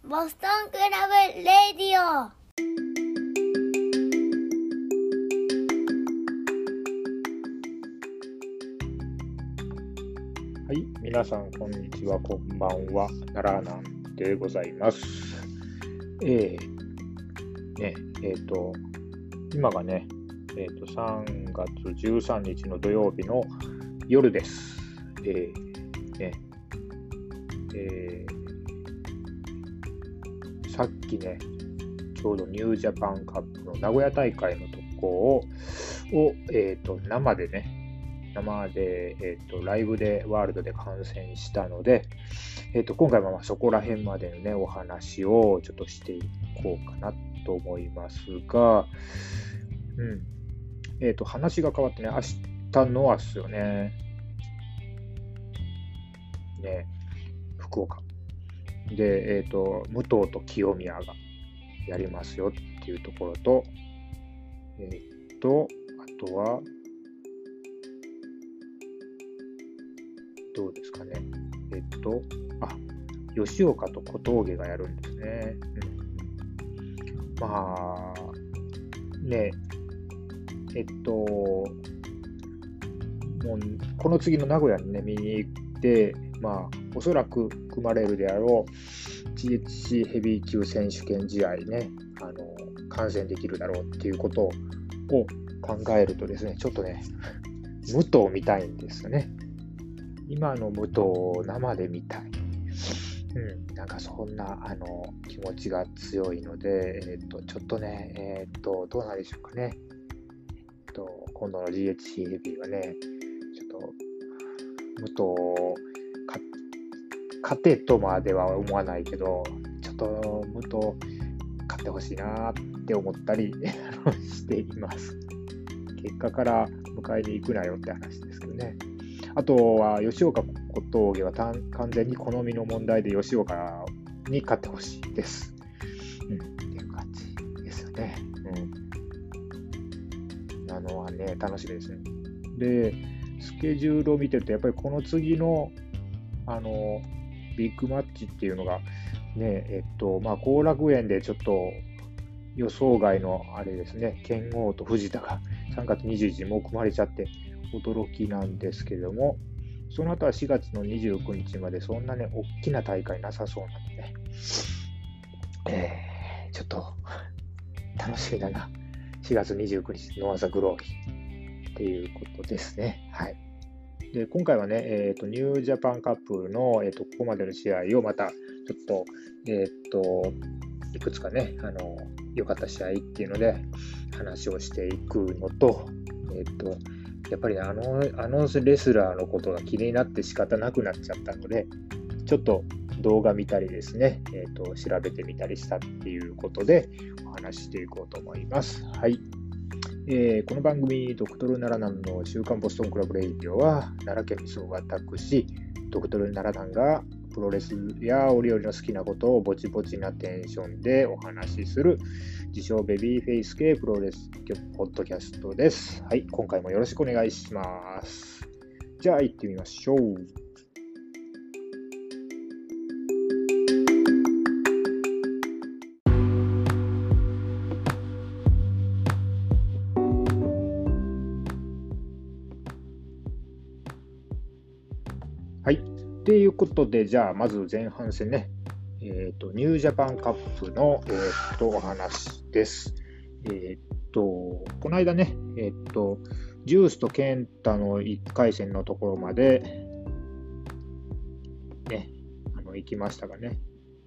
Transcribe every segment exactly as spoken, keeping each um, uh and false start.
ボストンクラブレディオ。 はい、皆さんこんにちは、こんばんは、奈良なんでございます。えー、ね、えっ、ー、と、今がね、えっ、ー、と、さんがつじゅうさんにちの土曜日の夜です。えー、ね、えー、さっきね、ちょうどニュージャパンカップの名古屋大会の特攻を、をえっ、ー、と、生でね、生で、えーと、ライブでワールドで観戦したので、えーと、今回はまあそこら辺までのね、お話をちょっとしていこうかなと思いますが、うん。えっと、話が変わってね、明日の明日よね。ね、福岡。で、えっと、武藤と清宮がやりますよっていうところと、えっと、あとは、どうですかね。えっと、あ、吉岡と小峠がやるんですね。うん、まあ、ね、えっと、もう、この次の名古屋にね、見に行って、まあ、おそらく組まれるであろう ジーエイチシー ヘビー級選手権試合ね、あの、観戦できるだろうっていうことを考えるとですね、ちょっとね、武藤見たいんですよね。今の武藤を生で見たい。うん、なんかそんなあの気持ちが強いので、えっと、ちょっとね、えっと、どうなんでしょうかね。えっと、今度の ジーエイチシー ヘビーはね、ちょっと、武藤を勝てとまでは思わないけど、ちょっと武藤勝ってほしいなって思ったりしています。結果から迎えに行くなよって話ですけどね。あとは吉岡小峠は完全に好みの問題で吉岡に勝ってほしいです。うん、っていう感じですよね。うん。あのはね、楽しみですね。で、スケジュールを見てると、やっぱりこの次の、あの、ビッグマッチっていうのが、ね、えっと、まあ、後楽園でちょっと予想外のあれですね、剣王と藤田がさんがつにじゅういちにちにもう組まれちゃって、驚きなんですけれども、その後はしがつのにじゅうくにちまでそんなね、大きな大会なさそうなんでね、えー、ちょっと楽しみだな。しがつにじゅうくにち、ノアザグローリーっていうことですね。はい。で、今回はね、えっと、ニュージャパンカップの、えっと、ここまでの試合をまた、ちょっと、えっと、いくつかね、あの、良かった試合っていうので、話をしていくのと、えっと、やっぱりあの、あのレスラーのことが気になって仕方なくなっちゃったので、ちょっと動画見たりですね、えっと、調べてみたりしたっていうことでお話ししていこうと思います。はい。えー、この番組、ドクトル奈良南の週刊ボストンクラブレイディオは、奈良県に住む私、ドクトル奈良南がプロレスや折々の好きなことをぼちぼちなテンションでお話しする自称ベビーフェイス系プロレスポッドキャストです。はい、今回もよろしくお願いします。じゃあ行ってみましょう。はい。ということで、じゃあ、まず前半戦ね、えっと、ニュージャパンカップの、えっと、お話です。えっと、この間ね、えっと、ジュースとケンタのいっかい戦のところまで、ね、あの、行きましたがね。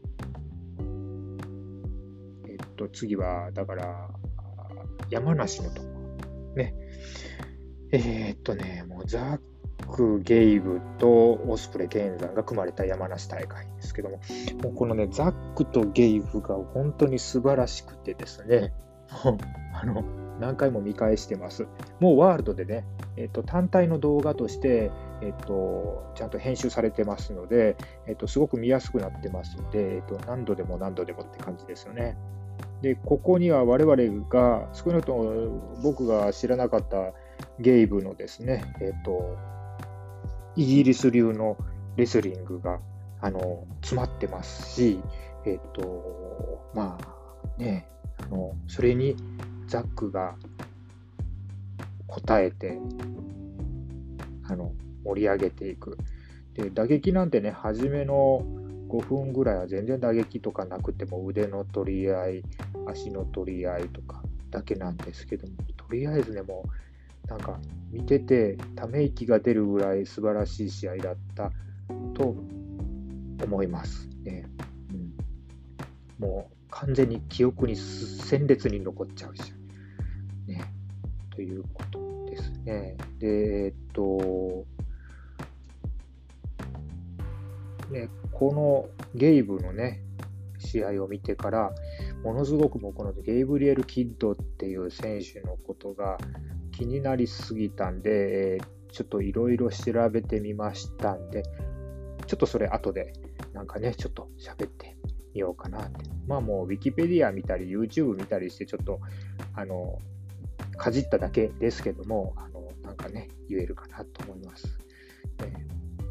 えっと、次は、だから、山梨のところ。ね。えっとね、もうザック、ゲイブとオスプレイ、ケンザンが組まれた山梨大会ですけども、もうこのね、ザックとゲイブが本当に素晴らしくてですね、あの、何回も見返してます。もうワールドでね、えっと、単体の動画として、えっと、ちゃんと編集されてますので、えっと、すごく見やすくなってますので、えっと、何度でも何度でもって感じですよね。で、ここには我々が、少なくとも僕が知らなかったゲイブのですね、えっと、イギリス流のレスリングがあの詰まってますし、 えっと、まあね、あのそれにザックが応えて、あの盛り上げていく。で、打撃なんてね、初めのごふんぐらいは全然打撃とかなくても腕の取り合い、足の取り合いとかだけなんですけども、とりあえずね、もうなんか見ててため息が出るぐらい素晴らしい試合だったと思いますね。うん、もう完全に記憶に鮮烈に残っちゃうし、ね、ということですね。で、えっと、ね、このゲイブのね、試合を見てから、ものすごくもうこのゲイブリエル・キッドっていう選手のことが気になりすぎたんで、えーちょっといろいろ調べてみましたんで、ちょっとそれ後でなんかね、ちょっと喋ってみようかなって。まあもう Wikipedia 見たり YouTube 見たりしてちょっとあのかじっただけですけども、あのなんかね、言えるかなと思います。ね、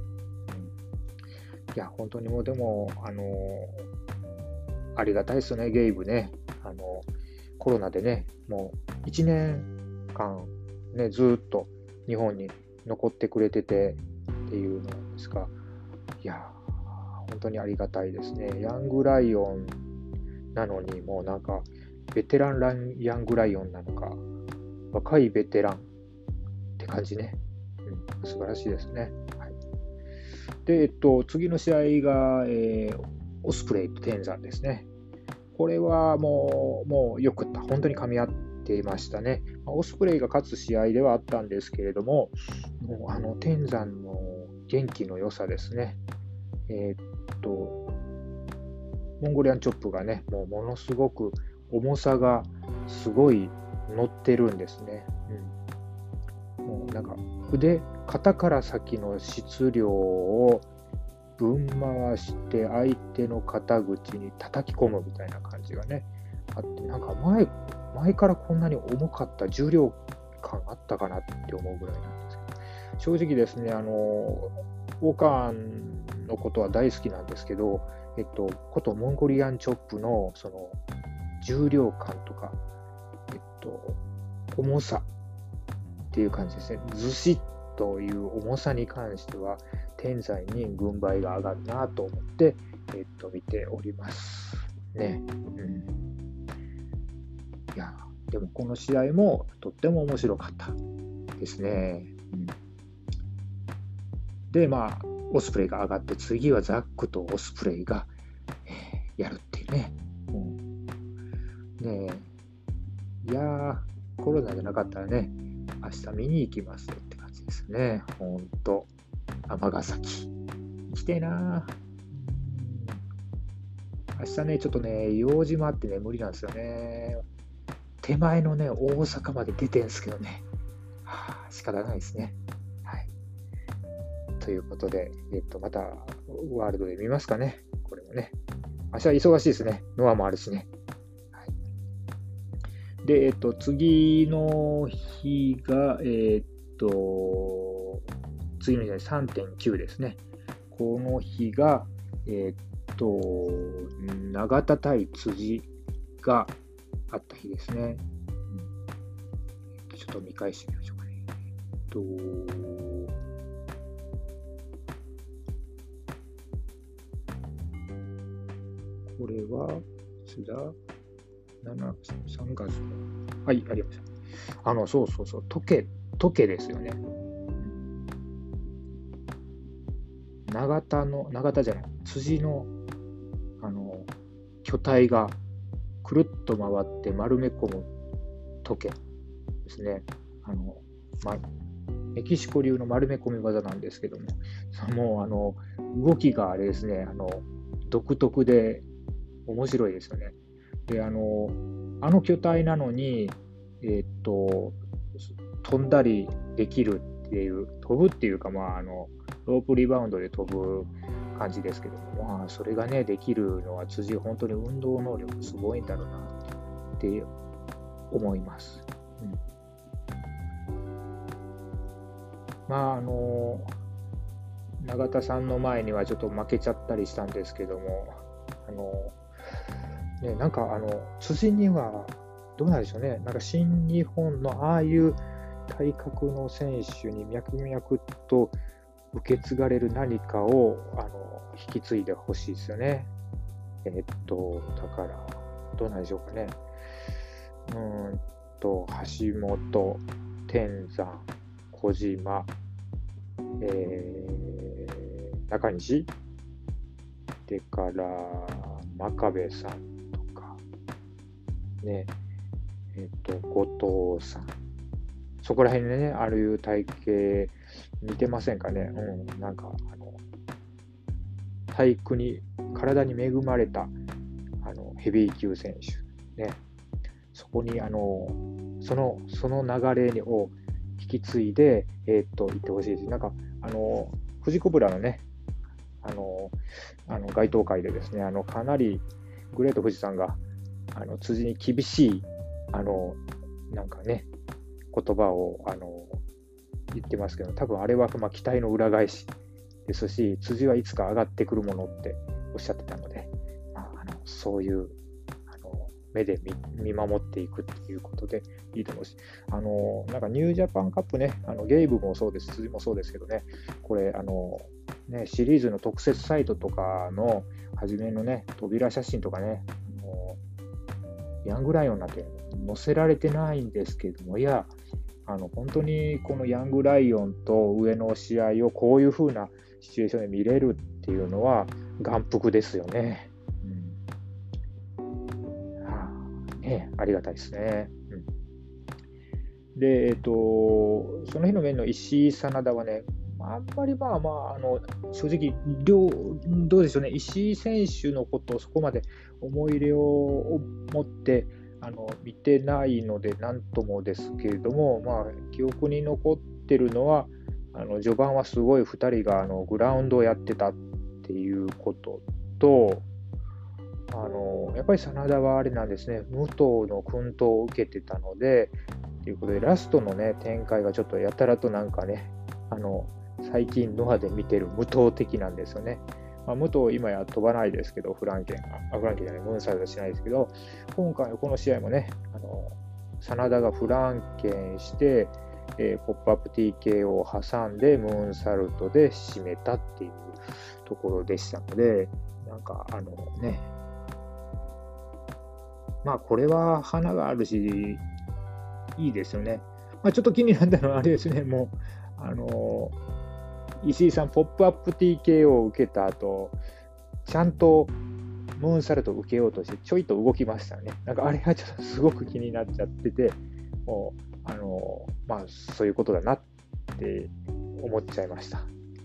いや、本当にもうでも、あのありがたいですよね、ゲイブね。あのコロナでね、もういちねんかん、ね、ずっと日本に残ってくれててっていうのなんですが、いや、本当にありがたいですね。ヤングライオンなのに、もうなんか、ベテランランヤングライオンなのか、若いベテランって感じね。うん、素晴らしいですね。はい、で、えっと、次の試合が、えー、オスプレイと天山ですね。これはもう、もうよくった。本当に噛み合っていましたね。オスプレイが勝つ試合ではあったんですけれども、もうあの天山の元気の良さですね。えー、っと、モンゴリアンチョップがね、もうものすごく重さがすごい乗ってるんですね。うん、もうなんか腕、肩から先の質量を分回して相手の肩口に叩き込むみたいな感じがね、あって、なんか前、前からこんなに重かった重量感あったかなって思うぐらいなんですけど、正直ですね、あの、オカーンのことは大好きなんですけど、えっと、ことモンゴリアンチョップのその重量感とか、えっと、重さっていう感じですね。ずしっという重さに関しては、天山に軍配が上がるなと思って、えっと、見ておりますね。うん、いや、でもこの試合もとっても面白かったですね。うん、で、まあ、オスプレイが上がって、次はザックとオスプレイが、えー、やるっていうね。うん、ねえ、いやー、コロナじゃなかったらね、明日見に行きますよって感じですね。ほんと。尼崎。行きたいなぁ。明日ね、ちょっとね、用事もあってね、無理なんですよね。手前のね、大阪まで出てんすけどね。はあ、仕方ないですね。はい。ということで、えっと、また、ワールドで見ますかね。これもね。明日は忙しいですね。ノアもあるしね。はい、で、えっと、次の日が、えっと、次の日は さんてんきゅう ですね。この日が、えっと、永田対辻があった日ですね。うん、ちょっと見返してみましょうかね。えっと、これは、津田さんがつの、はい、ありました。あの、そうそうそう、時計、時計ですよね。永田の、永田じゃない、辻の、あの、巨体がくるっと回って丸め込む時計ですね。あの、ま、メキシコ流の丸め込み技なんですけども、もう、あの、動きがあれですね、あの、独特で面白いですよね。で、あの、あの巨体なのに、えー、っと、飛んだりできるっていう、飛ぶっていうか、まあ、あの、ロープリバウンドで飛ぶ感じですけども、まあ、それがね、できるのは辻、本当に運動能力すごいんだろうなって思います。うん、まあ、あの、永田さんの前にはちょっと負けちゃったりしたんですけども、 あの、ね、なんかあの辻にはどうなんでしょうね、なんか新日本のああいう体格の選手に脈々と受け継がれる何かをあの引き継いでほしいですよね。えっと、だから、どうなんでしょうかね。うーんと、橋本、天山、小島、えー、中西、でから真壁さんとか、ね、えっと、後藤さん、そこら辺でね、ああいう体型似てませんかね。うん、なんか、あの、体育に、体に恵まれた、あの、ヘビー級選手、ね、そこに、あの、その、その流れを引き継いで、えー、っと、行ってほしいです。なんか、あの、富士コブラのね、あの、あの街頭会でですね、あの、かなりグレート富士さんが、あの、辻に厳しい、あの、なんかね、言葉を、あの、言ってますけど、多分あれは、まあ、期待の裏返しですし、辻はいつか上がってくるものっておっしゃってたので、まあ、あのそういうあの目で 見, 見守っていくっていうことでいいと思うし、あのなんかニュージャパンカップね、あのゲイブもそうです、辻もそうですけどね、これあの、ね、シリーズの特設サイトとかの初めのね、扉写真とかね、あのヤングライオンなんて載せられてないんですけども、いや、あの本当にこのヤングライオンと上の試合をこういう風なシチュエーションで見れるっていうのは眼福ですよね。うんはあね、ありがたいですね。うん、で、えっと、その日の面の石井真田はね、あんまりまあまあ、あの正直両、どうでしょうね、石井選手のことをそこまで思い入れを持ってあの見てないので、なんともですけれども、まあ、記憶に残ってるのは、あの序盤はすごいふたりがあのグラウンドをやってたっていうことと、あのやっぱり真田はあれなんですね、武藤の薫陶を受けてたので、ということで、ラストの、ね、展開がちょっとやたらとなんかね、あの最近ノアで見てる武藤的なんですよね。まあ、武藤今や飛ばないですけど、フランケンが、あフランケンじゃない、ムーンサルトしないですけど、今回のこの試合もね、あの真田がフランケンして、えー、ポップアップ ティーケーオー を挟んでムーンサルトで締めたっていうところでしたので、なんかあのね、まあこれは花があるし、いいですよね。まあ、ちょっと気になったのはあれですね、もう、あの石井さん、ポップアップ ティーケーオー を受けた後、ちゃんとムーンサルトを受けようとして、ちょいと動きましたね。なんかあれがちょっとすごく気になっちゃってて、もう、あのまあ、そういうことだなって思っちゃいました。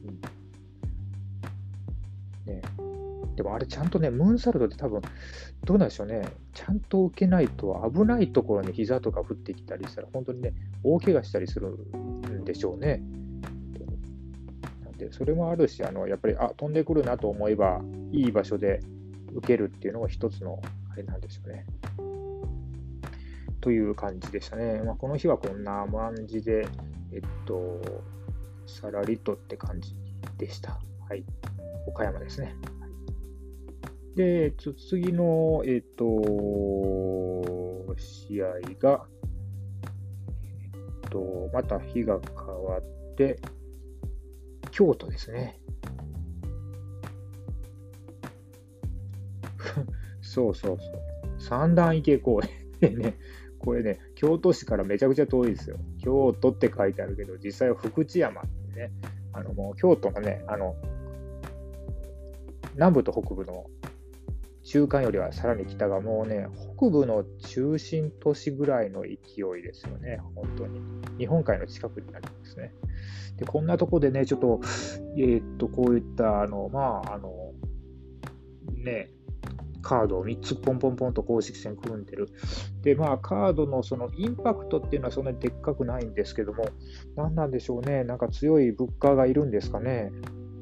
うんね、でもあれちゃんとね、ムーンサルトって多分、どうなんでしょうね、ちゃんと受けないと危ないところに膝とか降ってきたりしたら、本当にね、大怪我したりするんでしょうね。なんで、それもあるし、あのやっぱり、あ、飛んでくるなと思えば、いい場所で受けるっていうのが一つの、あれなんでしょうね。という感じでしたね。まあ、この日はこんな感じで、えっと、さらりとって感じでした。はい。岡山ですね。で、次の、えっと、試合が、えっと、また日が変わって、京都ですね。そうそうそう。三段池公園でね、これね、京都市からめちゃくちゃ遠いですよ。京都って書いてあるけど、実際は福知山ってね、あのもう京都のね、あの南部と北部の中間よりはさらに北がもうね、北部の中心都市ぐらいの勢いですよね、本当に。日本海の近くになりますね。で、こんなとこでね、ちょっと、えー、っと、こういった、あの、まあ、あの、ね、カードをみっつポンポンポンと公式戦組んでる。で、まあ、カードのそのインパクトっていうのはそんなにでっかくないんですけども、何なんでしょうね、なんか強いブッカーがいるんですかね。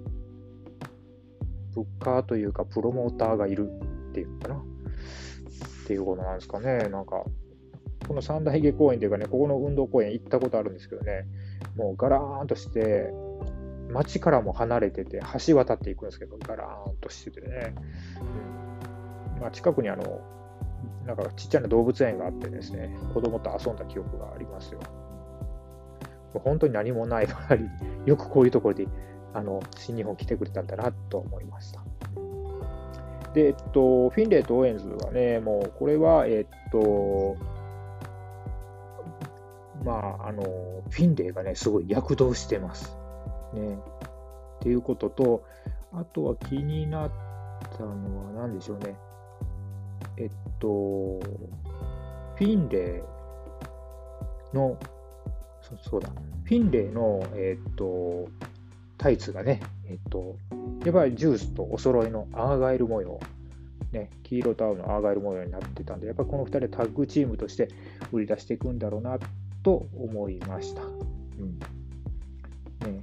ブッカーというか、プロモーターがいるっていうのかな。っていうことなんですかね。なんか、この三大池公園というかね、ここの運動公園行ったことあるんですけどね、もうガラーンとして、街からも離れてて、橋渡っていくんですけど、ガラーンとしててね。うんまあ、近くにあの、なんかちっちゃな動物園があってですね、子供と遊んだ記憶がありますよ。もう本当に何もない周りによくこういうところであの新日本来てくれたんだなと思いました。で、えっと、フィンレイとオーエンズはね、もうこれは、えっと、まあ、あの、フィンレイがね、すごい躍動してます。ね。っていうことと、あとは気になったのは何でしょうね。えっと、フィンレイの、そそうだ、フィンレイの、えっと、タイツがね、えっと、やっぱりジュースとお揃いのアーガイル模様、ね、黄色と青のアーガイル模様になってたんで、やっぱりこのふたりタッグチームとして売り出していくんだろうなと思いました。うんね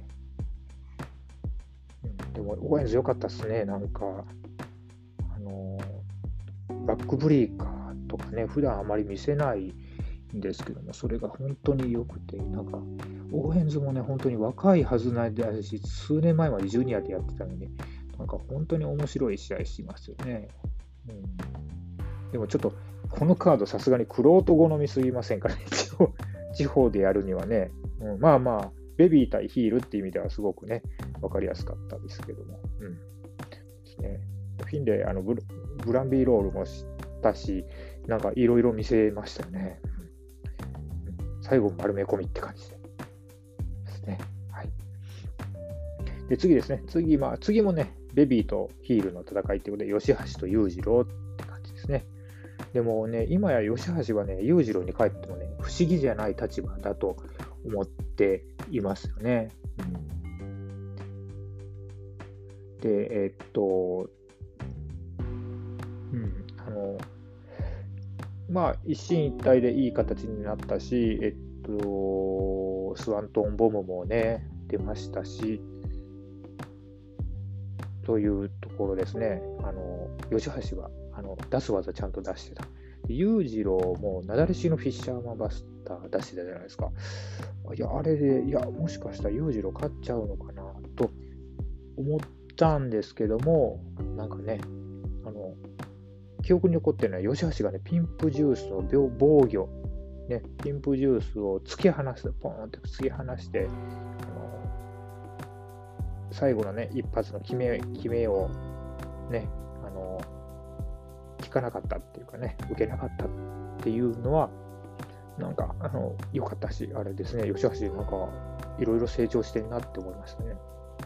うん、でも、オーエンズ良かったっすね、なんか、あのバックブリーカーとかね、普段あまり見せないんですけども、それが本当に良くて、なんか、オーエンズもね、本当に若いはずないですし、数年前までジュニアでやってたのに、なんか本当に面白い試合しますよね。うん、でもちょっと、このカードさすがにクロート好みすぎませんからね、地方地方でやるにはね、うん、まあまあ、ベビー対ヒールっていう意味ではすごくね、わかりやすかったですけども。うんですね、フィンレイ、あのブル、ブランビーロールもしたし、なんかいろいろ見せましたよね。うん、最後丸め込みって感じで。ですね。はい。で、次ですね。次、まあ、次もね、ベビーとヒールの戦いということで、吉橋と裕次郎って感じですね。でもね、今や吉橋はね、裕次郎に帰ってもね、不思議じゃない立場だと思っていますよね。うん、で、えー、っと、うん、あの、まあ、一進一退でいい形になったし、えっと、スワントンボムもね、出ましたし、というところですね。あの、吉橋はあの出す技ちゃんと出してた。裕次郎もなだれ式のフィッシャーマンバスター出してたじゃないですか。いや、あれで、いや、もしかしたら裕次郎勝っちゃうのかなと思ったんですけども、なんかね、あの、記憶に残ってるのは、吉橋がね、ピンプジュースの防御、ね、ピンプジュースを突き放す、ポーンって突き放して、あの最後のね、一発の決め、決めをね、あの、聞かなかったっていうかね、受けなかったっていうのは、なんか、あの、良かったし、あれですね、吉橋、なんか、いろいろ成長してるなって思いましたね。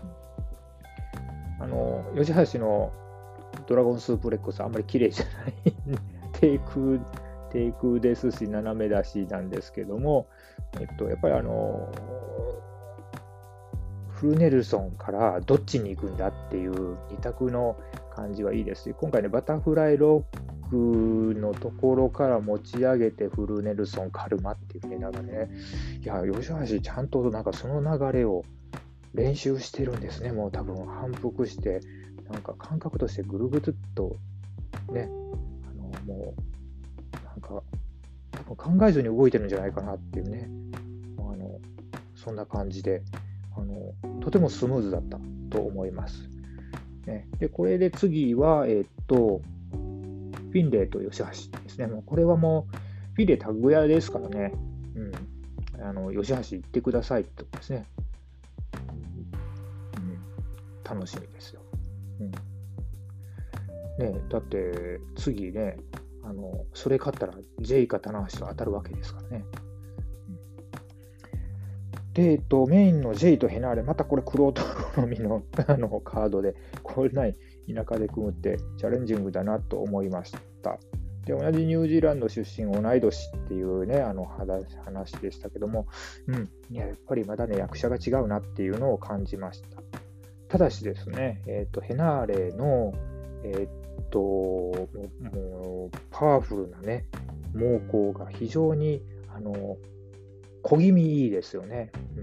あの、吉橋のドラゴンスープレックスあんまり綺麗じゃない低空、低空ですし、斜め出しなんですけども、えっと、やっぱりあの、フルネルソンからどっちに行くんだっていう二択の感じはいいですし、今回ね、バタフライロックのところから持ち上げてフルネルソン、カルマっていうね、なんかね、いや、吉橋ちゃんとなんかその流れを練習してるんですね。もう多分反復して、なんか感覚としてぐるぐるっとね、あのもうなんか多分考えずに動いてるんじゃないかなっていうね、あのそんな感じであのとてもスムーズだったと思います。ね、でこれで次は、えー、っとフィンレイと吉橋ですね。もうこれはもうフィンレイタッグ屋ですからね、うん、あの吉橋行ってくださいってことですね。楽しみですよ。うんね、だって次ね、あのそれ勝ったら J か棚橋と当たるわけですからね。うん、で、えっと、メインの J とヘナーレ、またこれクロート好みのあのカードで、これない田舎で組むってチャレンジングだなと思いました。で、同じニュージーランド出身、同い年っていうね、あの話でしたけども、うん、いや、やっぱりまだね、役者が違うなっていうのを感じました。ただしですね、えーと、ヘナーレの、えーと、もうパワフルなね、猛攻が非常にあの小気味いいですよね。うん、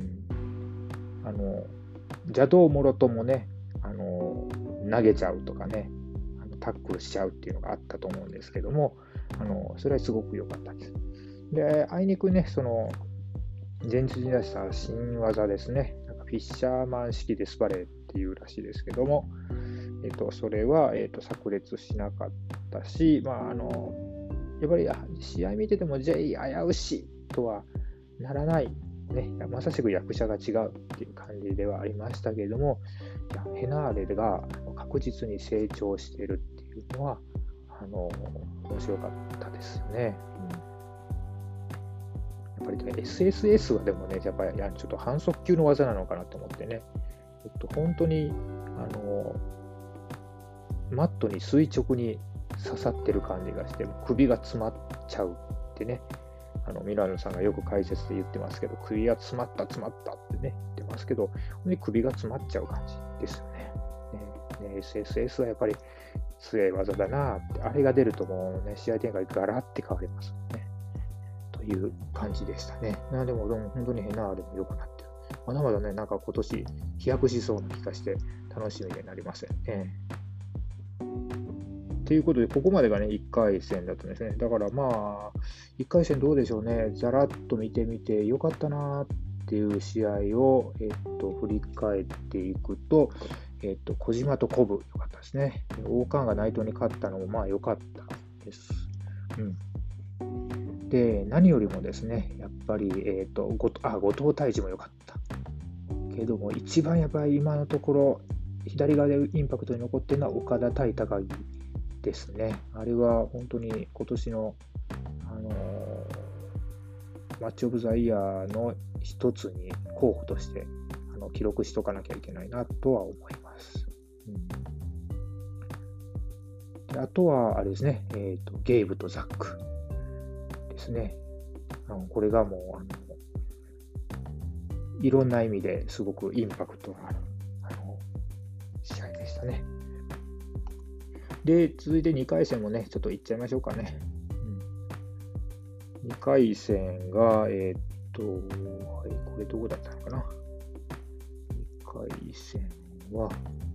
あの邪道もろともね、あの投げちゃうとかね、あのタックルしちゃうっていうのがあったと思うんですけども、あのそれはすごく良かったです。で、あいにくね、その前日に出した新技ですね、なんかフィッシャーマン式デスバレーっていうらしいですけども、 えっと、それは、えっと、炸裂しなかったし、まあ、あの、やっぱりあ試合見てても、ジェイ危うしとはならない、ね、まさしく役者が違うっていう感じではありましたけれども、いやヘナーレが確実に成長しているっていうのは、あの面白かったですよね。うん、やっぱり、ね、エスエスエス はでもね、やっぱりちょっと反則級の技なのかなと思ってね、えっと、本当にあのマットに垂直に刺さってる感じがして、首が詰まっちゃうってね、あのミラーヌさんがよく解説で言ってますけど、首が詰まった、詰まったってね、言ってますけど、本当に首が詰まっちゃう感じですよね。ねね エスエスエス はやっぱり強い技だなって、あれが出るともうね、試合展開ガラって変わりますね。という感じでしたね。なでも、でも本当にヘナーレも良くなってる。まだまだね、なんか今年飛躍しそうな気がして楽しみになりますよね。ということで、ここまでがね、いっかい戦だったんですね。だからまあ、いっかい戦どうでしょうね。ざらっと見てみてよかったなっていう試合を、えっと、振り返っていくと、えっと、小島とコブ、よかったですね。王冠が内藤に勝ったのもまあ良かったです。うん。で、何よりもですね、やっぱり、えっと、ごあ後藤太一も良かった。けども、一番やっぱり今のところ、左側でインパクトに残っているのは岡田対高木ですね。あれは本当に今年の、あのー、マッチオブザイヤーの一つに候補としてあの記録しとかなきゃいけないなとは思います。うん、であとはあれですね、えーと、ゲイブとザックですね。あのこれがもうあのいろんな意味ですごくインパクトのあるあの試合でしたね。で、続いてにかい戦もね、ちょっといっちゃいましょうかね。うん、にかい戦が、えー、っと、はい、これどこだったのかな。にかい戦は、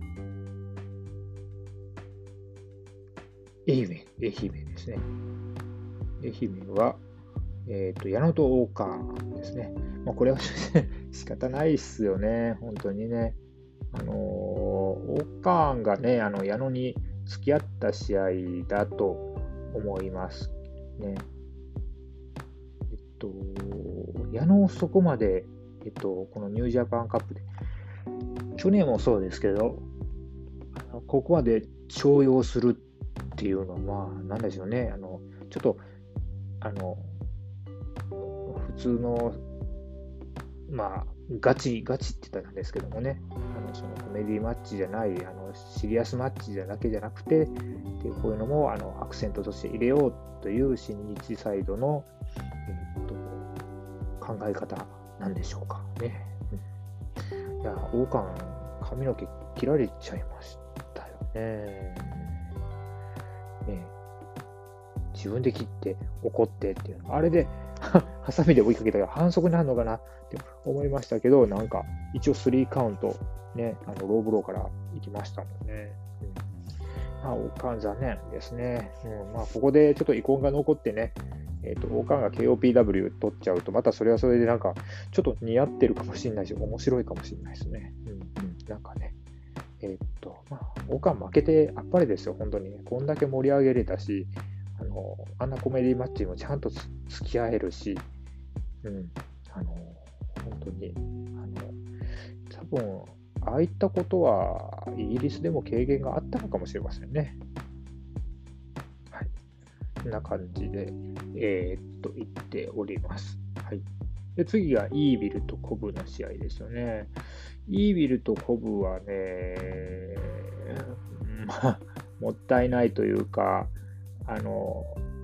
愛媛、愛媛ですね。愛媛は、えー、っと、矢野と大川ですね。まあ、これは仕方ないっすよね、本当にね。あのー、大川がね、あの矢野に付き合った試合だと思いますね。えっと、矢野をそこまで、えっと、このニュージャパンカップで、去年もそうですけど、ここまで重用するっていうのは、まあ、なんでしょうね。あの、ちょっと、あの、普通の、まあ、ガチ、ガチって言ったらなんですけどもね、あのそのコメディマッチじゃない、あのシリアスマッチじゃだけじゃなくて、でこういうのもあのアクセントとして入れようという新日サイドの、えー、っと考え方なんでしょうかね。うん、いや、王冠、髪の毛切られちゃいましたよね。ね、自分で切って怒ってっていうの、あれでハサミで追いかけたら反則になるのかなって思いましたけど、なんか一応スリーカウント、ね、あのローブローから行きましたもんね。うん、まあ、王冠残念ですね。うん、まあ、ここでちょっと遺恨が残ってね、えーと、王冠が ケーオーピーダブリュー 取っちゃうと、またそれはそれでなんかちょっと似合ってるかもしれないし、面白いかもしれないですね。うんうん、なんかね、えっ、と、まあ、王冠負けてあっぱれですよ、本当にね。こんだけ盛り上げれたし、あのあんなコメディマッチにもちゃんと付き合えるし、うん、あの本当に、あの多分ああいったことはイギリスでも経験があったのかもしれませんね。はい。こんな感じで、えー、っと、言っております。はい。で、次がイービルとコブの試合ですよね。イービルとコブはね、まあ、もったいないというか、あの、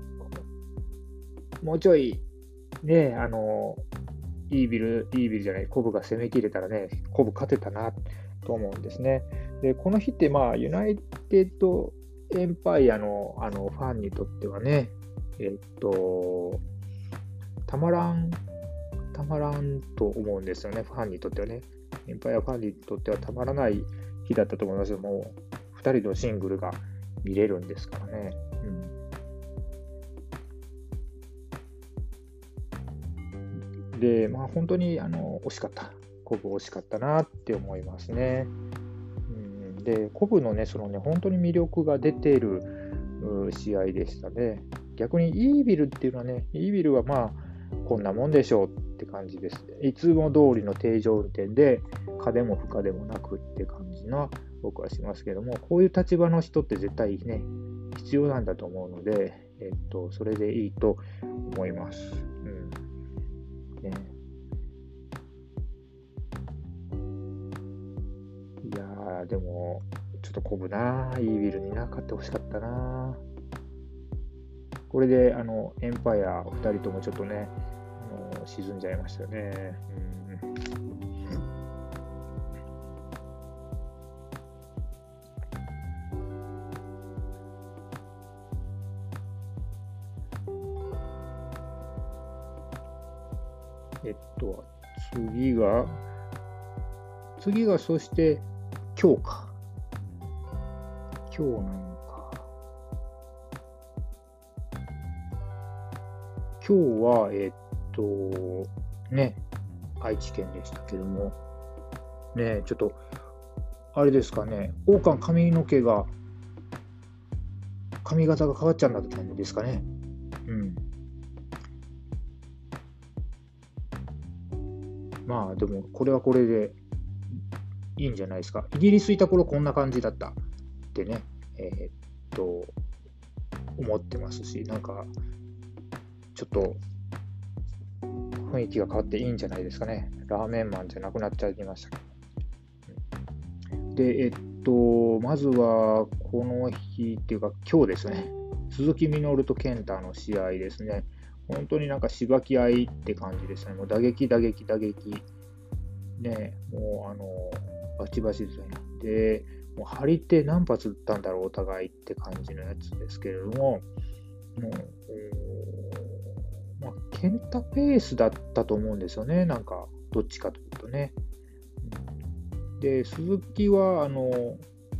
もうちょい、ね、あの、イービル、イービルじゃない、コブが攻めきれたらね、コブ勝てたなと思うんですね。で、この日って、まあ、ユナイテッドエンパイアのあのファンにとってはね、えっと、たまらん、たまらんと思うんですよね、ファンにとってはね。エンパイアファンにとってはたまらない日だったと思いますけども、ふたりのシングルが見れるんですからね。うん、で、まあ、本当にあの惜しかった。コブ惜しかったなって思いますね。うん、 で、コブのね、そのね、本当に魅力が出ている試合でしたね。逆にイービルっていうのはね、イービルはまあ、こんなもんでしょうって感じです。いつも通りの定常運転で、可でも不可でもなくって感じな僕はしますけども、こういう立場の人って絶対ね、必要なんだと思うので、えっと、それでいいと思います。うん。ね。いやー、でも、ちょっとこぶなー、イービルにな、勝ってほしかったなー。これで、あの、エンパイアふたりともちょっとね、あの沈んじゃいましたよね。うん、えっと、次が、次がそして、今日か。今日なのか。今日は、えっと、ね、愛知県でしたけども、ね、ちょっと、あれですかね、王冠髪の毛が、髪型が変わっちゃうんだったんですかね。うん。まあ、でも、これはこれでいいんじゃないですか。イギリスいた頃こんな感じだったってね、えー、っと、思ってますし、なんか、ちょっと、雰囲気が変わっていいんじゃないですかね。ラーメンマンじゃなくなっちゃいましたけど。で、えっと、まずは、この日っていうか、今日ですね、鈴木みのると健太の試合ですね。本当になんかしばき合いって感じですね。もう打撃、打撃、打撃。ね、もうあの、バチバチですよね。で、もう張り手何発打ったんだろう、お互いって感じのやつですけれども、もう、まあ、健太ペースだったと思うんですよね。なんか、どっちかというとね。で、鈴木は、あの、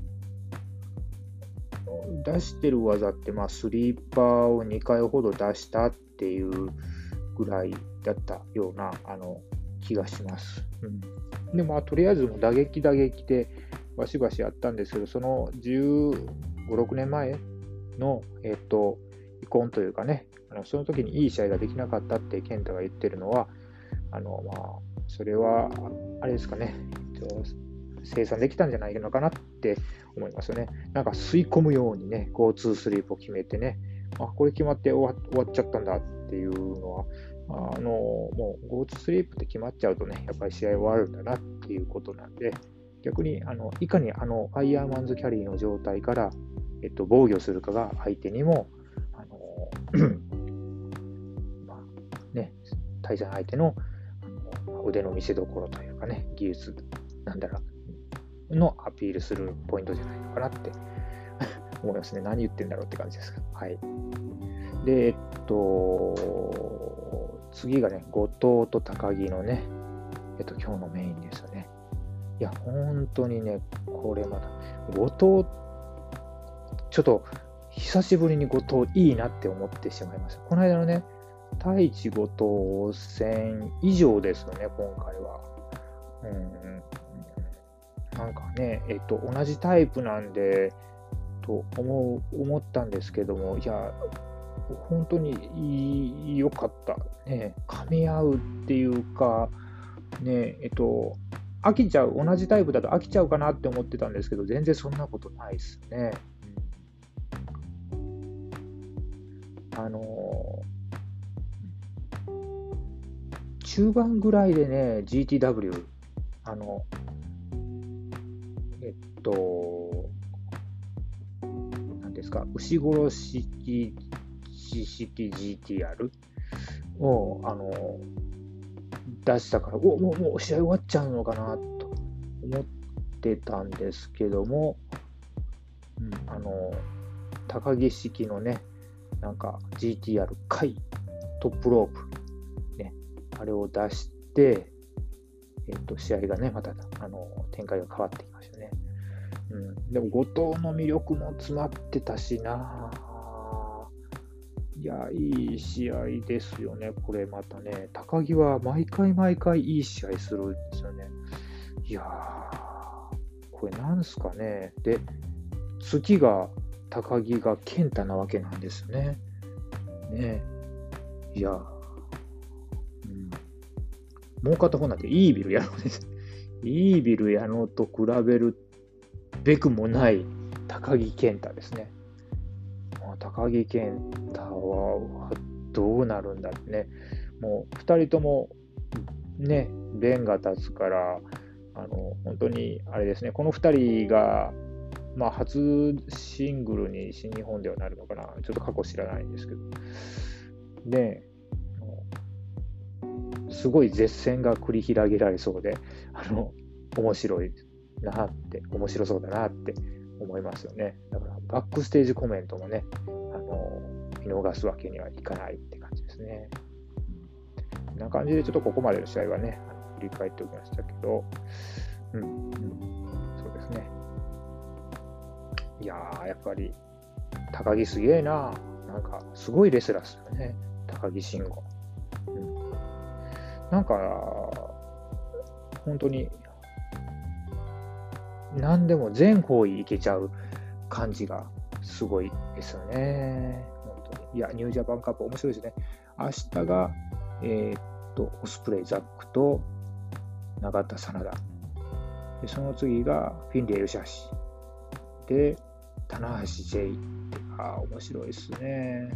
出してる技って、まあ、スリーパーをにかいほど出したっていうぐらいだったようなあの気がします。うん、でも、まあ、とりあえず打撃打撃でバシバシやったんですけど、そのじゅうご、ろくねんまえの、えっと、遺恨というかね、あのその時にいい試合ができなかったって健太が言ってるのは、あのまあ、それは、あれですかね、えっと、生産できたんじゃないのかなって思いますよね。なんか吸い込むようにね、ゴーツースリープを決めてね、あ、これ決まって終わ、終わっちゃったんだっていうのは、あの、もうゴーツースリープって決まっちゃうとね、やっぱり試合終わるんだなっていうことなんで、逆に、あの、いかにあの、ファイヤーマンズキャリーの状態から、えっと、防御するかが相手にも、あの、まあ、ね、対戦相手の、あの腕の見せ所というかね、技術、なんだろう、のアピールするポイントじゃないのかなって思いますね。何言ってんだろうって感じですが。はい。で、えっと、次がね、後藤と高木のね、えっと、今日のメインですよね。いや、本当にね、これまた、後藤、ちょっと、久しぶりに後藤いいなって思ってしまいました。この間のね、太一後藤戦以上ですよね、今回は。うん、なんかね、えっと、同じタイプなんで、と思う、思ったんですけども、いや、本当に良かった。ね、噛み合うっていうか、ね、えっと、飽きちゃう、同じタイプだと飽きちゃうかなって思ってたんですけど、全然そんなことないですね。うん、あのー、中盤ぐらいでね、ジーティーダブリュー、あの、えっと、何ですか、牛殺式、式 ジーティーアール を、あの、出したから、お、もう、もう試合終わっちゃうのかなと思ってたんですけども、うん、あの、高木式のね、なんか ジーティーアール 回トップロープ、ね、あれを出して、えっと、試合がね、またあの展開が変わってきましたね。うん、でも、後藤の魅力も詰まってたしな。いや、いい試合ですよね、これまたね。高木は毎回毎回いい試合するんですよね。いやー、 これなんすかね。で、月が高木が健太なわけなんですね。ねえ。いや、うん、もう片方なんてイービルやろうです。イービルやのと比べるべくもない高木健太ですね。もう高木健太はどうなるんだってね。もうふたりともね、弁が立つから、あの本当にあれですね、このふたりが、まあ、初シングルに新日本ではなるのかな、ちょっと過去知らないんですけど、で、すごい絶戦が繰り広げられそうで、あの面白いなって、面白そうだなって思いますよね。だからバックステージコメントもね、あの見逃すわけにはいかないって感じですね。こんな感じでちょっとここまでの試合はね、あの振り返っておきましたけど、うん、うん、そうですね。いやー、やっぱり高木すげえな。なんかすごいレスラーですよね、高木慎吾。うん、なんか本当に何でも全方位いけちゃう感じがすごいですよね。本当に。いや、ニュージャパンカップ面白いですね。明日が、えー、っと、オスプレイザックと永田真田。で、その次がフィンリー・エルシャシ。で、棚橋 J。ああ、面白いですね。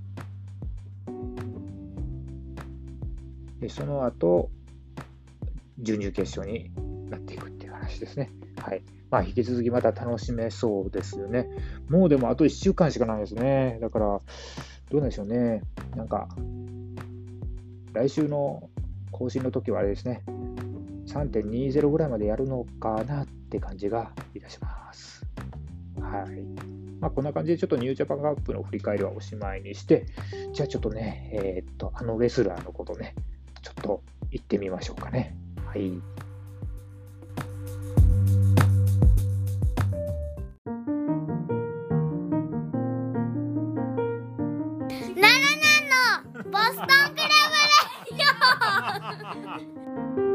で、その後、準々決勝になっていくっていう話ですね。はい。まあ、引き続きまた楽しめそうですよね。もうでもあといっしゅうかんしかないですね。だから、どうなんでしょうね。なんか、来週の更新の時はあれですね。さんてんにじゅう ぐらいまでやるのかなって感じがいたします。はい。まあ、こんな感じでちょっとニュージャパンカップの振り返りはおしまいにして、じゃあちょっとね、えー、っと、あのレスラーのことね、ちょっと言ってみましょうかね。はい。 ナナナのボストンクラブレディオ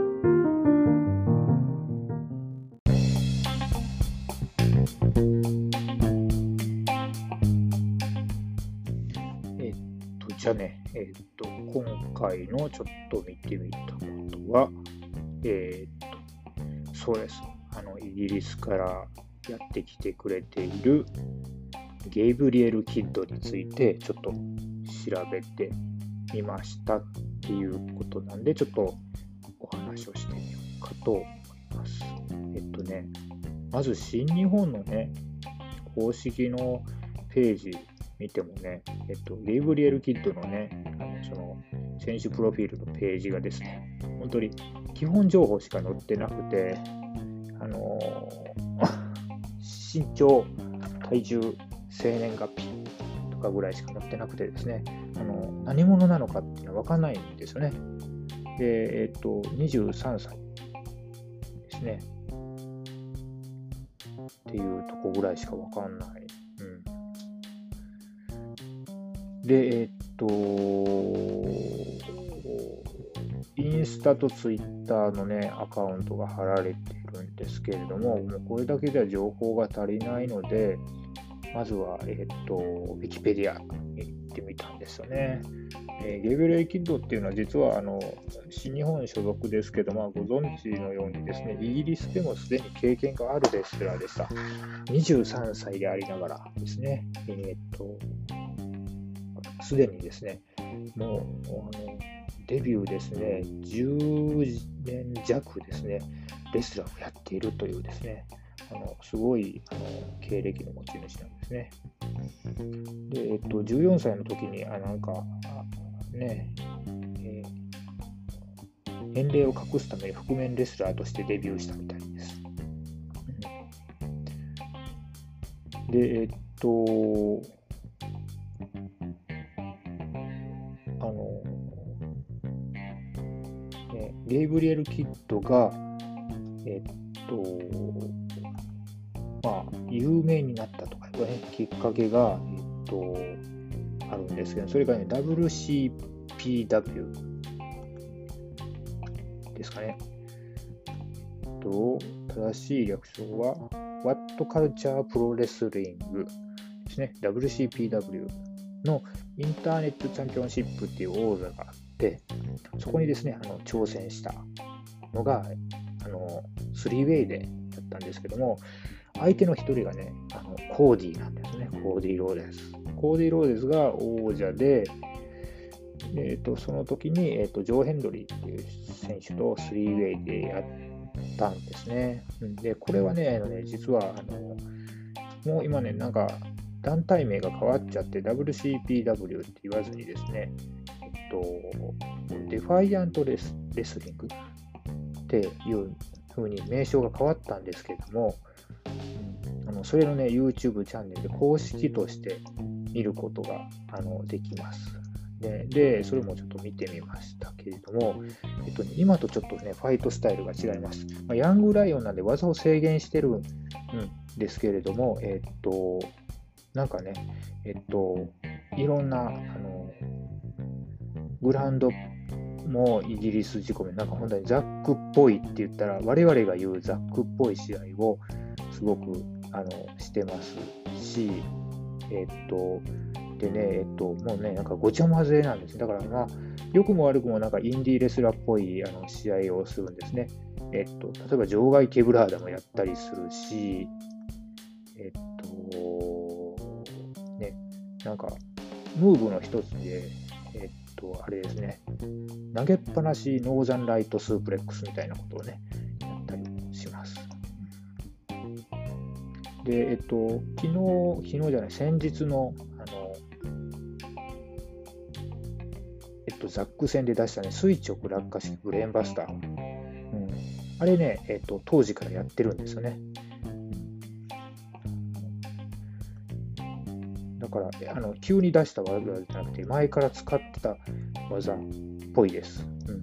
じゃあね、えっと、今回のちょっと見てみたことは、えっと、そうです。あの、イギリスからやってきてくれているゲイブリエル・キッドについてちょっと調べてみましたっていうことなんで、ちょっとお話をしてみようかと思います。えっとね、まず新日本のね、公式のページ見てもね、えっと、ゲイブリエル・キッドのね、あのその選手プロフィールのページがですね、本当に基本情報しか載ってなくて、あのー、身長、体重、生年月日とかぐらいしか載ってなくてですね、あの何者なのかっていうのは分かんないんですよね。で、えっと、にじゅうさんさいですね。っていうとこぐらいしか分かんない。で、えっと、インスタとツイッターのね、アカウントが貼られているんですけれども、もうこれだけでは情報が足りないので、まずは、えっと、ウィキペディアに行ってみたんですよね。えー、ゲイブリエル・キッドっていうのは実はあの新日本所属ですけど、まあ、ご存知のようにですね、イギリスでもすでに経験があるレスラーでした。にじゅうさんさいでありながらですね、えー、っと、すでにですね、もうあのデビューですね、じゅうねん弱ですね、レスラーをやっているというですね、あのすごいあの経歴の持ち主なんですね。で、えっと、じゅうよんさいの時に、あなんか、ね、えー、年齢を隠すために覆面レスラーとしてデビューしたみたいです。で、えっと、あの、ね、ゲイブリエル・キッドが、えっと、まあ、有名になったとか、ね、きっかけが、えっと、あるんですけど、それがね、ダブリューシーピーダブリュー ですかね。と正しい略称は What Culture Pro Wrestling ですね。ダブリューシーピーダブリュー のインターネットチャンピオンシップっていう王座があって、そこにですね、あの挑戦したのが、あの、スリーウェイでやったんですけども、相手の一人がね、あのコーディなんですね。コーディ・ローデス。コーディ・ローデスが王者で、えー、とその時に、えー、とジョー・ヘンドリーっていう選手とスリーウェイでやったんですね。で、これはね、あのね実はあのもう今ね、なんか団体名が変わっちゃって ダブリューシーピーダブリュー って言わずにですね、えっと、デファイアントレス、レスリングっていう風に名称が変わったんですけども、あのそれのね、YouTube チャンネルで公式として見ることがあのできます。で, で、それもちょっと見てみましたけれども、えっとね、今とちょっとね、ファイトスタイルが違います。まあ、ヤングライオンなんで技を制限してるんですけれども、えっと、なんかね、えっと、いろんな、あの、グラウンドもイギリス仕込み、なんか本当にザックっぽいって言ったら、我々が言うザックっぽい試合をすごくあのしてますし、えっと、でね、えっと、もうね、なんかごちゃ混ぜなんですね。だからまあ、良くも悪くもなんかインディーレスラーっぽいあの試合をするんですね。えっと、例えば場外ケブラーダもやったりするし、えっと、ね、なんか、ムーブの一つで、えっと、あれですね、投げっぱなしノーザンライトスープレックスみたいなことをね、やったりします。で、えっと、昨日、昨日じゃない、先日の、あの、えっと、ザック戦で出したね、垂直落下式ブレーンバスター。うん、あれね、えっと、当時からやってるんですよね。だから、あの急に出した技じゃなくて、前から使ってた技っぽいです。うん、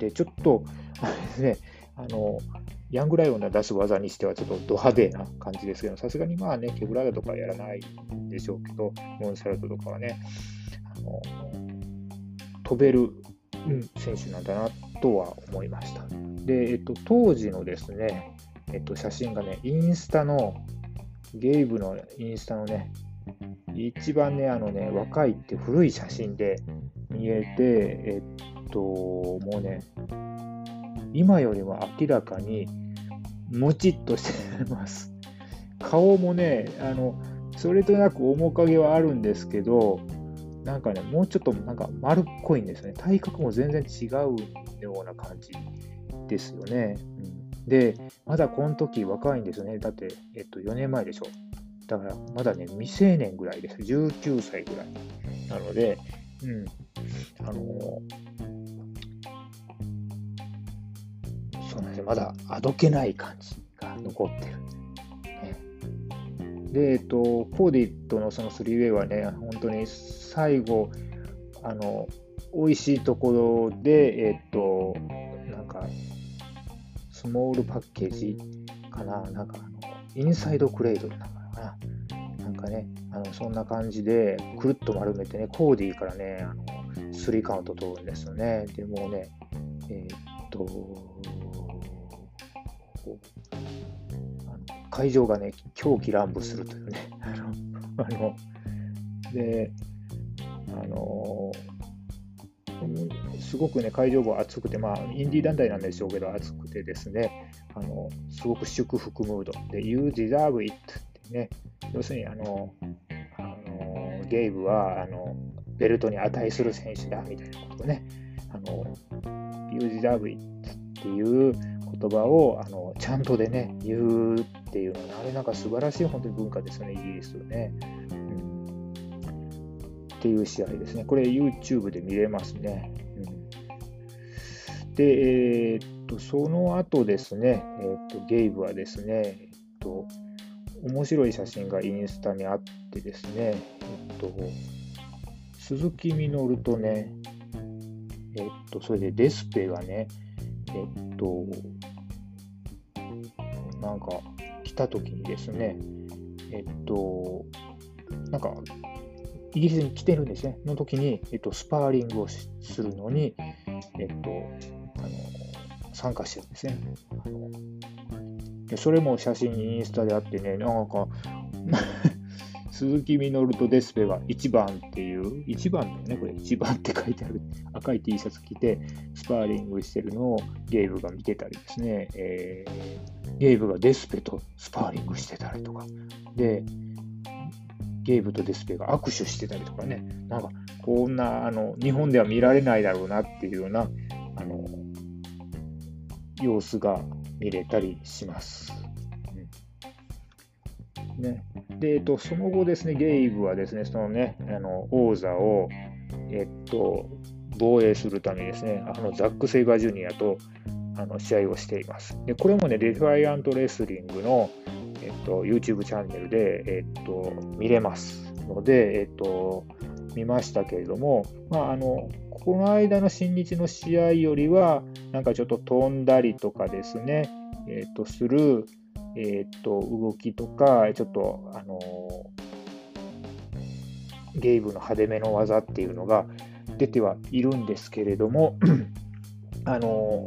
で、ちょっと、あれですね、あの、ヤングライオンが出す技にしてはちょっとド派手な感じですけど、さすがにまあね、ケブラーダとかやらないんでしょうけど、モンサルトとかはね、あの飛べる、うん、選手なんだなとは思いました。で、えっと、当時のですね、えっと、写真がね、インスタの、ゲイブのインスタのね、一番ね、あのね、若いって古い写真で見えて、えっと、もうね、今よりも明らかにムチっとしてます。顔もね、あの、それとなく面影はあるんですけど、なんかね、もうちょっとなんか丸っこいんですね。体格も全然違うような感じですよね。うん、で、まだこの時若いんですよね。だって、えっと、よねんまえでしょ。だからまだね、未成年ぐらいです。じゅうきゅうさいぐらい。なので、うん、あのー、そうなんですね、まだあどけない感じが残ってる。ね、で、えっと、コーディとのそのスリーウェイはね、本当に最後、あの、美味しいところで、えっと、なんか、スモールパッケージかな、なんかあの、インサイドクレイドルなのかな。なんかね、あのそんな感じで、くるっと丸めてね、コーディからね、あのスリーカウント取るんですよね。でもうね、えー、っと、あの会場がね、狂気乱舞するというね、あの、あので、あの、すごくね、会場が熱くて、まあ、インディー団体なんでしょうけど、熱くてですね、あのすごく祝福ムードで、You deserve it ってね、要するにあの、あのゲイブはあのベルトに値する選手だみたいなことをね、あの You deserve it っていう言葉をあのちゃんとでね、言うっていうのは、あれなんか素晴らしい本当に文化ですよね、イギリスね。うん、っていう試合ですね。これ YouTube で見れますね。うん、で、えー、っと、その後ですね、えー、っと、ゲイブはですね、えっと、面白い写真がインスタにあってですね、えっと、鈴木みのるとね、えっと、それでデスペがね、えっと、なんか来た時にですね、えっと、なんか、イギリスに来てるんですね。の時に、えっと、スパーリングをするのに、えっと、あの参加してるんですね。あのでそれも写真インスタであってね、なんか鈴木みのるとデスペがいちばんっていう、いちばんだよね、これいちばんって書いてある赤い T シャツ着てスパーリングしてるのをゲイブが見てたりですね、えー、ゲイブがデスペとスパーリングしてたりとか、で、ゲイブとデスペが握手してたりとかね、なんかこんなあの日本では見られないだろうなっていうようなあの様子が見れたりします。うんね、で、えっと、その後ですね、ゲイブはですね、そのね、あの王座を、えっと、防衛するためにですね、あのザック・セイバージュニアとあの試合をしています。で、これもね、デファイアントレスリングの、えっと、YouTube チャンネルで、えっと、見れますので、えっと、見ましたけれども、まあ、あの、この間の新日の試合よりは、なんかちょっと飛んだりとかですね、えっと、する、えっと、動きとか、ちょっと、あの、ゲイブの派手めの技っていうのが出てはいるんですけれども、あの、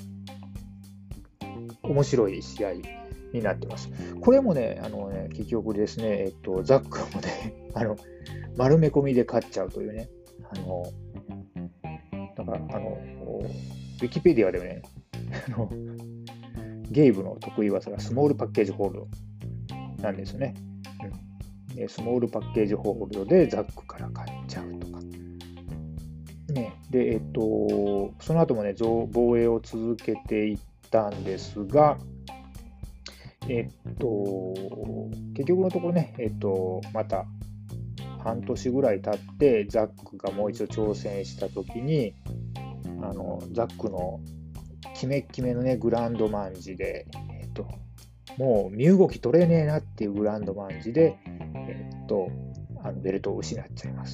面白い試合になってます。これもね、あのね結局ですね、えっと、ザックもね、あの丸め込みで勝っちゃうというね、あの、だから、あの、ウィキペディアでね、あのゲイブの得意技がスモールパッケージホールドなんですよね。うん、でスモールパッケージホールドでザックから勝っちゃうとか。ね、で、えっと、その後もね、防衛を続けていったんですが、えっと、結局のところね、えっと、また半年ぐらい経って、ザックがもう一度挑戦したときに、あの、ザックのキメッキメのね、グランドマンジで、えっと、もう身動き取れねえなっていうグランドマンジで、えっと、あのベルトを失っちゃいます。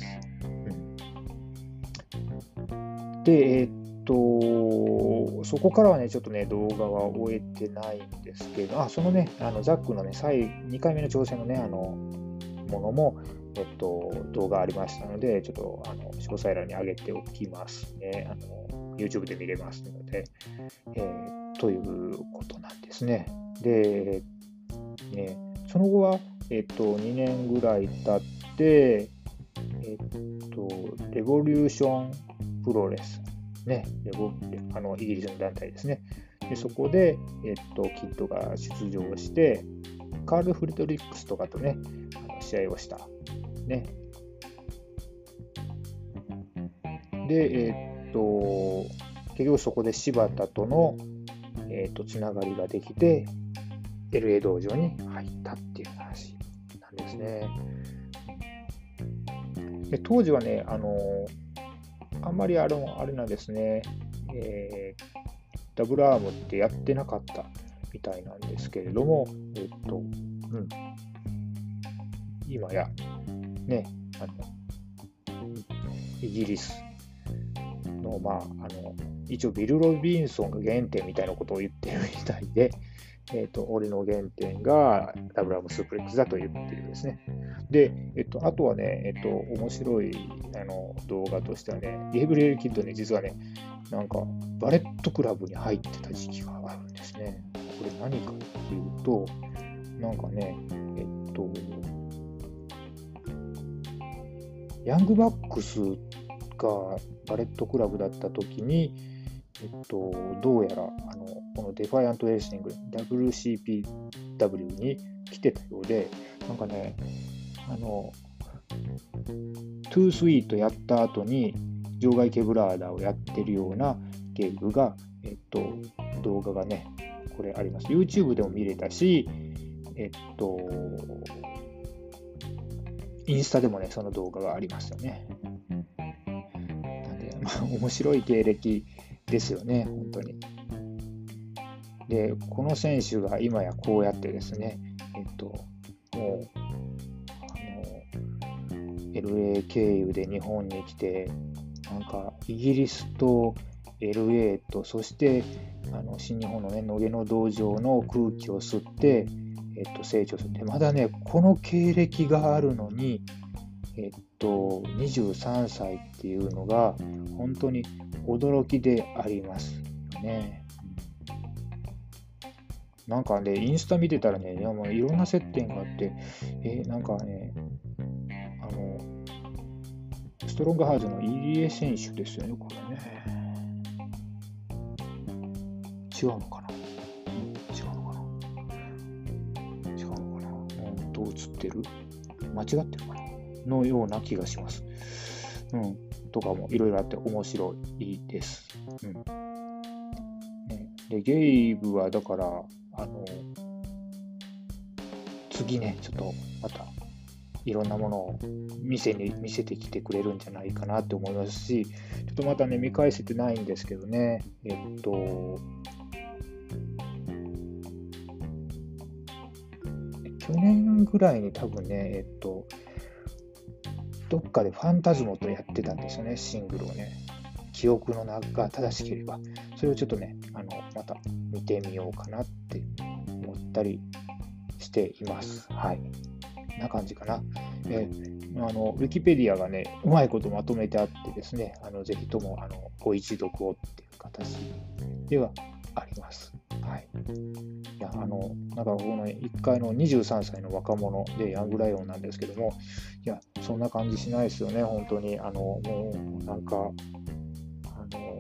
うん、で、えっと、そこからはね、ちょっとね、動画は終えてないんですけど、あ、そのね、あのザックのね、にかいめの挑戦のね、あの、ものも、えっと、動画ありましたので、ちょっとあの詳細欄に上げておきますね。あの YouTube で見れますので、えー、ということなんですね。で、ね、その後は、えっと、にねんぐらい経って、えっと、レボリューションプロレス、ね、レボあのイギリスの団体ですね。でそこで、えっと、キッドが出場して、カール・フリトリックスとかとね、あの試合をした。ね、で、えっと、結局そこで柴田との、えっと、つながりができて、エルエー 道場に入ったっていう話なんですね。で当時はね、あの、あんまりあれあれなんですね、えー、ダブルアームってやってなかったみたいなんですけれども、えっと、うん、今や、ね、あのイギリスの、まあ、あの一応ビル・ロビンソンが原点みたいなことを言ってるみたいで、えっと、俺の原点がダブルアームスープレックスだと言っているんですね。で、えっと、あとはね、えっと、面白いあの動画としてはね、ゲイブリエル・キッドね、実はね、なんかバレットクラブに入ってた時期があるんですね。これ何かというと、なんかね、えっと、ヤングバックスがバレットクラブだった時に、えっと、どうやらあのこのデファイアントレーシング ダブリューシーピーダブリュー に来てたようで、なんかね、あのトゥースイートやった後に場外ケブラーダーをやってるようなゲームが、えっと、動画がね、これあります。YouTube でも見れたし、えっと、インスタでもね、その動画がありましたね。なんで、まあ、面白い経歴ですよね、本当に。で、この選手が今やこうやってですね、えっと、もう、あの、エルエー 経由で日本に来て、なんか、イギリスと エルエー と、そして、あの新日本のね、野毛の道場の空気を吸って、えっと、成長する。で、まだね、この経歴があるのに、えっと、にじゅうさんさいっていうのが、本当に驚きでありますよね。 なんかね、インスタ見てたらね、いやもういろんな接点があって、えーなんかね、あの、ストロングハーツの入江選手ですよね、これね。違うのかな違うのかな違うのかなうん、どう映ってる間違ってるかなのような気がします。うん、とかもいろいろあって面白いです。うんね、で、ゲイブはだから、あの、次ね、ちょっとまたいろんなものを店に見せてきてくれるんじゃないかなと思いますし、ちょっとまたね、見返せてないんですけどね、えっと、去年ぐらいに多分ね、えっと、どっかでファンタズモとやってたんですよね、シングルをね。記憶の中が正しければ。それをちょっとね、あのまた見てみようかなって思ったりしています。はい。こんな感じかな。えー、あのウィキペディアがね、うまいことまとめてあってですね、あのぜひともあのご一読をっていう形ではあります。はい。いや、あの、なんかこのいっかいのにじゅうさんさいの若者でヤングライオンなんですけども、いや、そんな感じしないですよね、本当に。あの、もう、なんか、あの、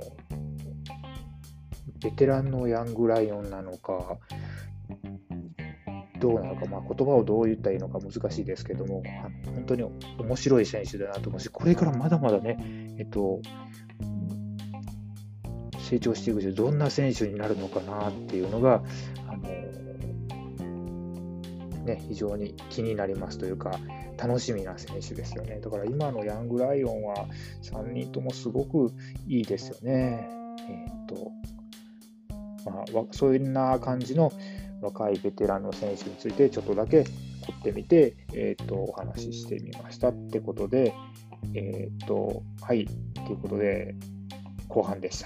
ベテランのヤングライオンなのか、どうなのか、まあ、言葉をどう言ったらいいのか難しいですけども、あの本当に面白い選手だなと思うし、これからまだまだね、えっと、成長していくし、どんな選手になるのかなっていうのが、あのね、非常に気になりますというか、楽しみな選手ですよね。だから今のヤングライオンはさんにんともすごくいいですよね。えーとまあ、そういうな感じの若いベテランの選手についてちょっとだけ掘ってみて、えーとお話ししてみましたってことで、えーとはい、ということで後半でした。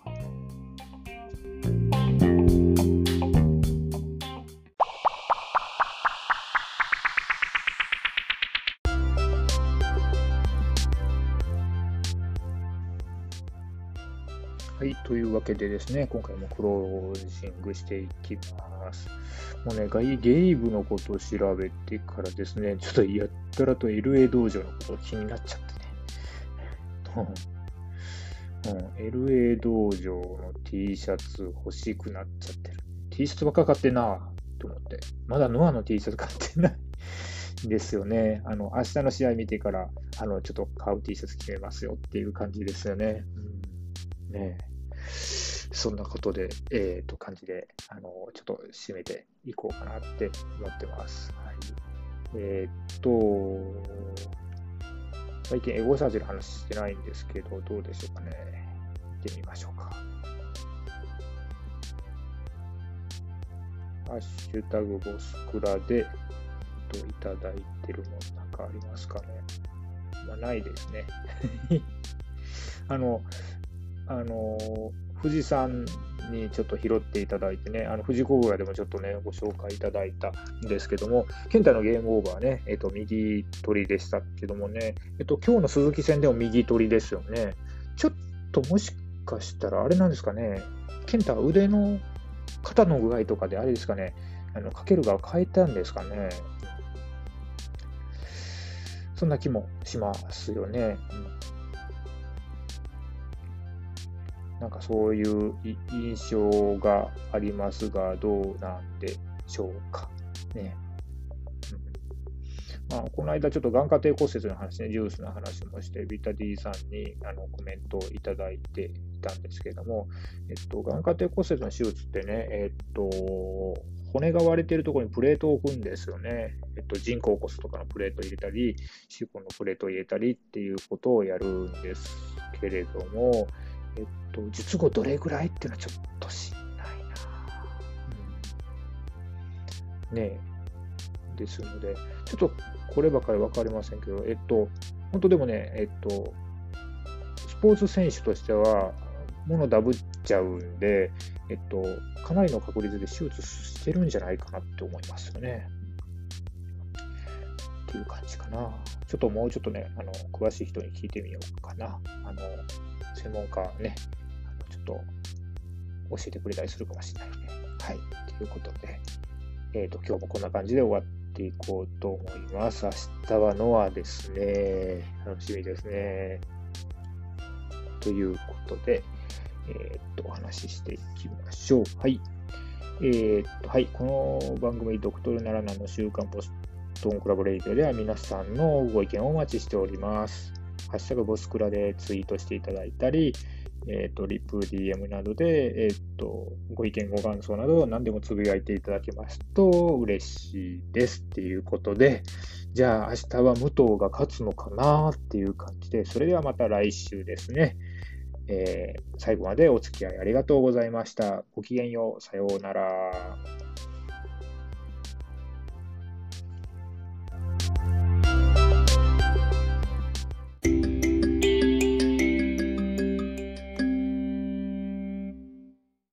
はい、というわけでですね、今回もクロージングしていきます。もうね、ゲイブのことを調べてからですね、ちょっとやったらと エルエー 道場のことが気になっちゃってね。うん、エルエー 道場の T シャツ欲しくなっちゃってる。T シャツばっか買ってんなと思って。まだノアの T シャツ買ってないですよね。あの、明日の試合見てから、あの、ちょっと買う T シャツ決めますよっていう感じですよね。うんね、そんなことで、えー、と感じで、あのちょっと締めていこうかなって思ってます。はい、えー、っと、最近エゴサーチの話してないんですけど、どうでしょうかね。見てみましょうか。ハッシュタグボスクラでといただいてるものなんかありますかね。まあ、ないですね。あの、あの富士山にちょっと拾っていただいてね、あの富士コブラでもちょっとね、ご紹介いただいたんですけども、健太のゲームオーバーね、えっと、右取りでしたけどもね、えっと、今日の鈴木戦でも右取りですよね。ちょっともしかしたら、あれなんですかね、健太は腕の肩の具合とかであれですかね、あのかける側変えたんですかね。そんな気もしますよね。うんなんかそういう印象がありますが、どうなんでしょうかね。うんまあ、この間ちょっと眼下底骨折の話ね、ジュースの話もして、ビタ D さんにあのコメントをいただいていたんですけれども、えっと、眼下底骨折の手術ってね、えっと、骨が割れているところにプレートを置くんですよね。えっと、人工骨とかのプレートを入れたり、シリコンのプレートを入れたりっていうことをやるんですけれども、えっと、術後どれぐらいっていうのはちょっと知んないな、うん、ねえですのでちょっとこればかり分かりませんけどえっと本当でもねえっとスポーツ選手としては物ダブっちゃうんでえっとかなりの確率で手術してるんじゃないかなって思いますよねっていう感じかな。ちょっともうちょっとねあの詳しい人に聞いてみようかな。あの専門家ね、ちょっと教えてくれたりするかもしれないね。 はい。ということで、えっと、今日もこんな感じで終わっていこうと思います。明日はノアですね。楽しみですね。ということで、えっと、お話ししていきましょう。はい。えっと、はい。この番組、ドクトルならなの週刊ボストンクラブレイディオでは皆さんのご意見をお待ちしております。ハッシュタグボスクラでツイートしていただいたり、えっと、リプ、ディーエム などで、えっと、ご意見、ご感想など何でもつぶやいていただけますと嬉しいですっていうことで、じゃあ明日は武藤が勝つのかなっていう感じで、それではまた来週ですね。えー最後までお付き合いありがとうございました。ごきげんよう。さようなら。